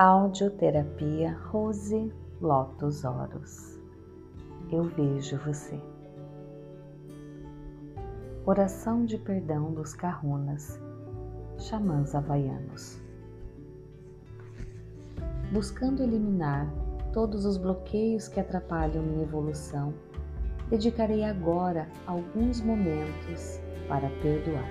Audioterapia Rose Lotus Horus. Eu vejo você. Oração de perdão dos Kahunas, xamãs havaianos. Buscando eliminar todos os bloqueios que atrapalham minha evolução, dedicarei agora alguns momentos para perdoar.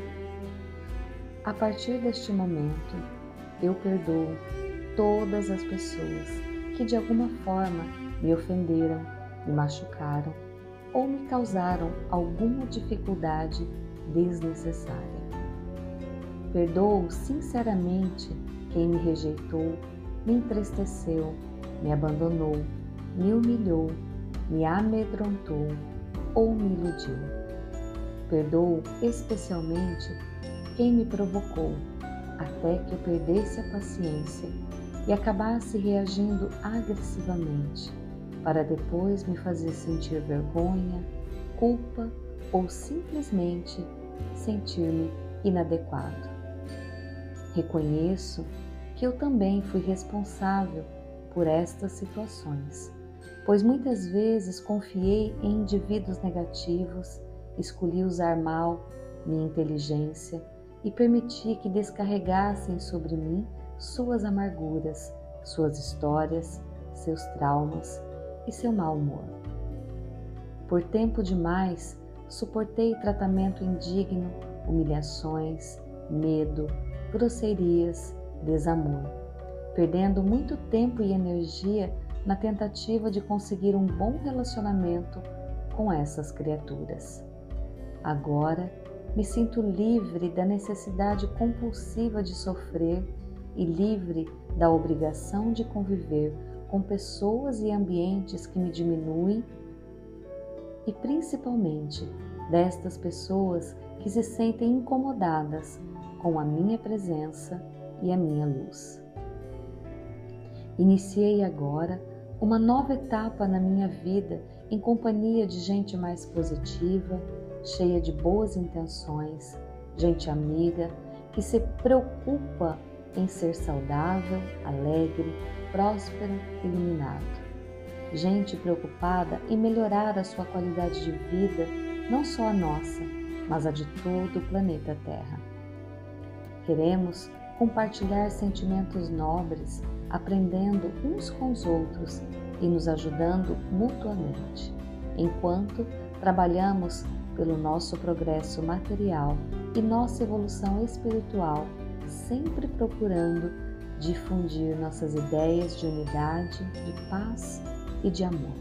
A partir deste momento, eu perdoo todas as pessoas que de alguma forma me ofenderam, me machucaram ou me causaram alguma dificuldade desnecessária. Perdoo sinceramente quem me rejeitou, me entristeceu, me abandonou, me humilhou, me amedrontou ou me iludiu. Perdoo especialmente quem me provocou, até que eu perdesse a paciência e acabasse reagindo agressivamente, para depois me fazer sentir vergonha, culpa ou simplesmente sentir-me inadequado. Reconheço que eu também fui responsável por estas situações, pois muitas vezes confiei em indivíduos negativos, escolhi usar mal minha inteligência e permiti que descarregassem sobre mim suas amarguras, suas histórias, seus traumas e seu mau humor. Por tempo demais, suportei tratamento indigno, humilhações, medo, grosserias, desamor, perdendo muito tempo e energia na tentativa de conseguir um bom relacionamento com essas criaturas. Agora, me sinto livre da necessidade compulsiva de sofrer e livre da obrigação de conviver com pessoas e ambientes que me diminuem e principalmente destas pessoas que se sentem incomodadas com a minha presença e a minha luz. Iniciei agora uma nova etapa na minha vida em companhia de gente mais positiva, cheia de boas intenções, gente amiga que se preocupa em ser saudável, alegre, próspero e iluminado. Gente preocupada em melhorar a sua qualidade de vida, não só a nossa, mas a de todo o planeta Terra. Queremos compartilhar sentimentos nobres, aprendendo uns com os outros e nos ajudando mutuamente, enquanto trabalhamos pelo nosso progresso material e nossa evolução espiritual, sempre procurando difundir nossas ideias de unidade, de paz e de amor.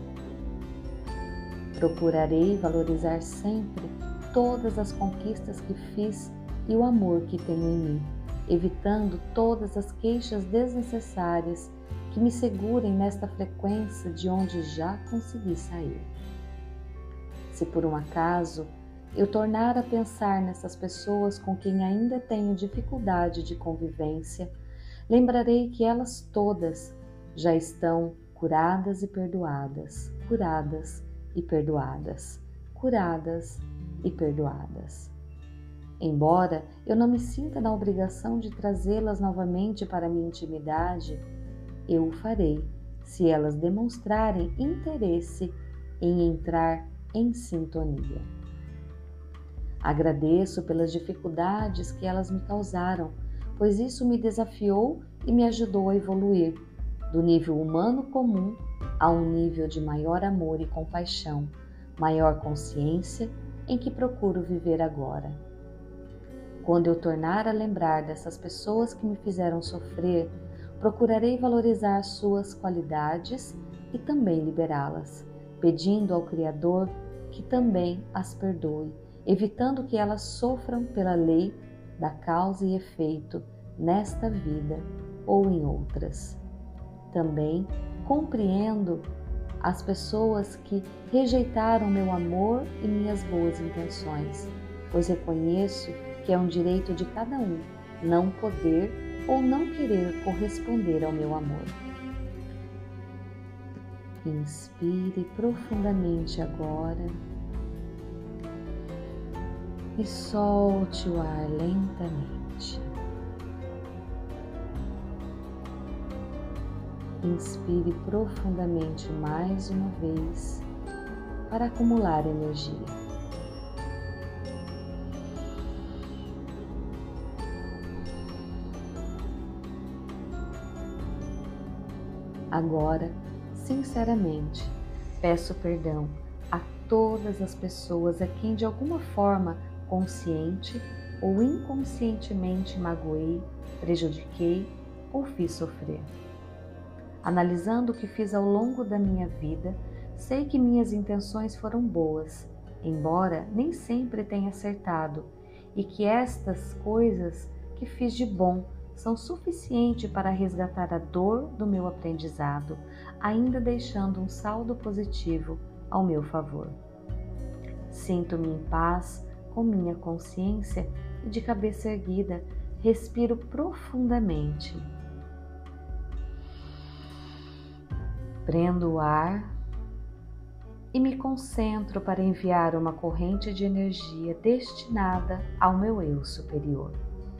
Procurarei valorizar sempre todas as conquistas que fiz e o amor que tenho em mim, evitando todas as queixas desnecessárias que me segurem nesta frequência de onde já consegui sair. Se por um acaso eu tornar a pensar nessas pessoas com quem ainda tenho dificuldade de convivência, lembrarei que elas todas já estão curadas e perdoadas, curadas e perdoadas, curadas e perdoadas. Embora eu não me sinta na obrigação de trazê-las novamente para a minha intimidade, eu o farei se elas demonstrarem interesse em entrar em sintonia. Agradeço pelas dificuldades que elas me causaram, pois isso me desafiou e me ajudou a evoluir do nível humano comum a um nível de maior amor e compaixão, maior consciência em que procuro viver agora. Quando eu tornar a lembrar dessas pessoas que me fizeram sofrer, procurarei valorizar suas qualidades e também liberá-las, pedindo ao Criador que também as perdoe, evitando que elas sofram pela lei da causa e efeito nesta vida ou em outras. Também compreendo as pessoas que rejeitaram meu amor e minhas boas intenções, pois reconheço que é um direito de cada um não poder ou não querer corresponder ao meu amor. Inspire profundamente agora e solte o ar lentamente. Inspire profundamente mais uma vez para acumular energia. Agora, sinceramente, peço perdão a todas as pessoas a quem de alguma forma consciente ou inconscientemente magoei, prejudiquei ou fiz sofrer. Analisando o que fiz ao longo da minha vida, sei que minhas intenções foram boas, embora nem sempre tenha acertado, e que estas coisas que fiz de bom são suficientes para resgatar a dor do meu aprendizado, ainda deixando um saldo positivo ao meu favor. Sinto-me em paz com minha consciência e de cabeça erguida, respiro profundamente. Prendo o ar e me concentro para enviar uma corrente de energia destinada ao meu eu superior.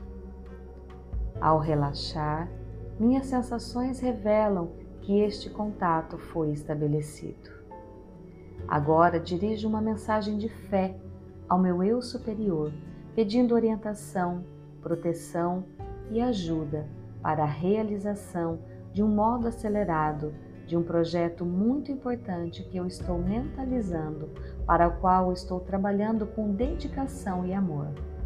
Ao relaxar, minhas sensações revelam que este contato foi estabelecido. Agora dirijo uma mensagem de fé ao meu eu superior, pedindo orientação, proteção e ajuda para a realização de um modo acelerado de um projeto muito importante que eu estou mentalizando, para o qual estou trabalhando com dedicação e amor.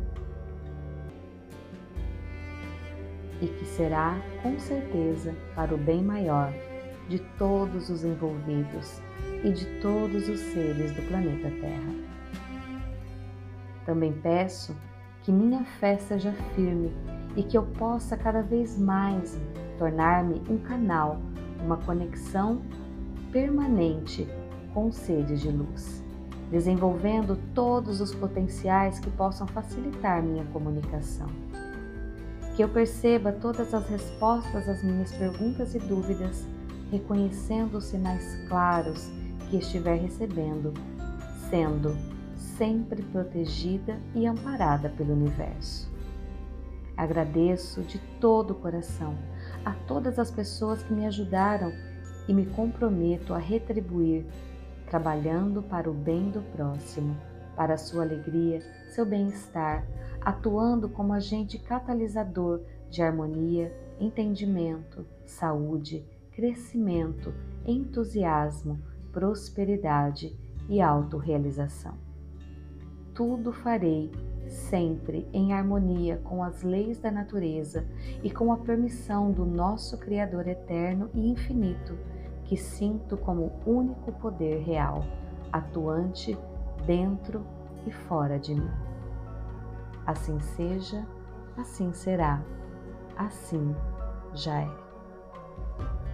E que será, com certeza, para o bem maior de todos os envolvidos e de todos os seres do planeta Terra. Também peço que minha fé seja firme e que eu possa cada vez mais tornar-me um canal, uma conexão permanente com seres de luz, desenvolvendo todos os potenciais que possam facilitar minha comunicação. Que eu perceba todas as respostas às minhas perguntas e dúvidas, reconhecendo os sinais claros que estiver recebendo, sendo sempre protegida e amparada pelo universo. Agradeço de todo o coração a todas as pessoas que me ajudaram e me comprometo a retribuir, trabalhando para o bem do próximo, para a sua alegria, seu bem-estar, atuando como agente catalisador de harmonia, entendimento, saúde, crescimento, entusiasmo, prosperidade e autorrealização. Tudo farei sempre em harmonia com as leis da natureza e com a permissão do nosso Criador eterno e infinito, que sinto como único poder real, atuante dentro e fora de mim. Assim seja, assim será, assim já é.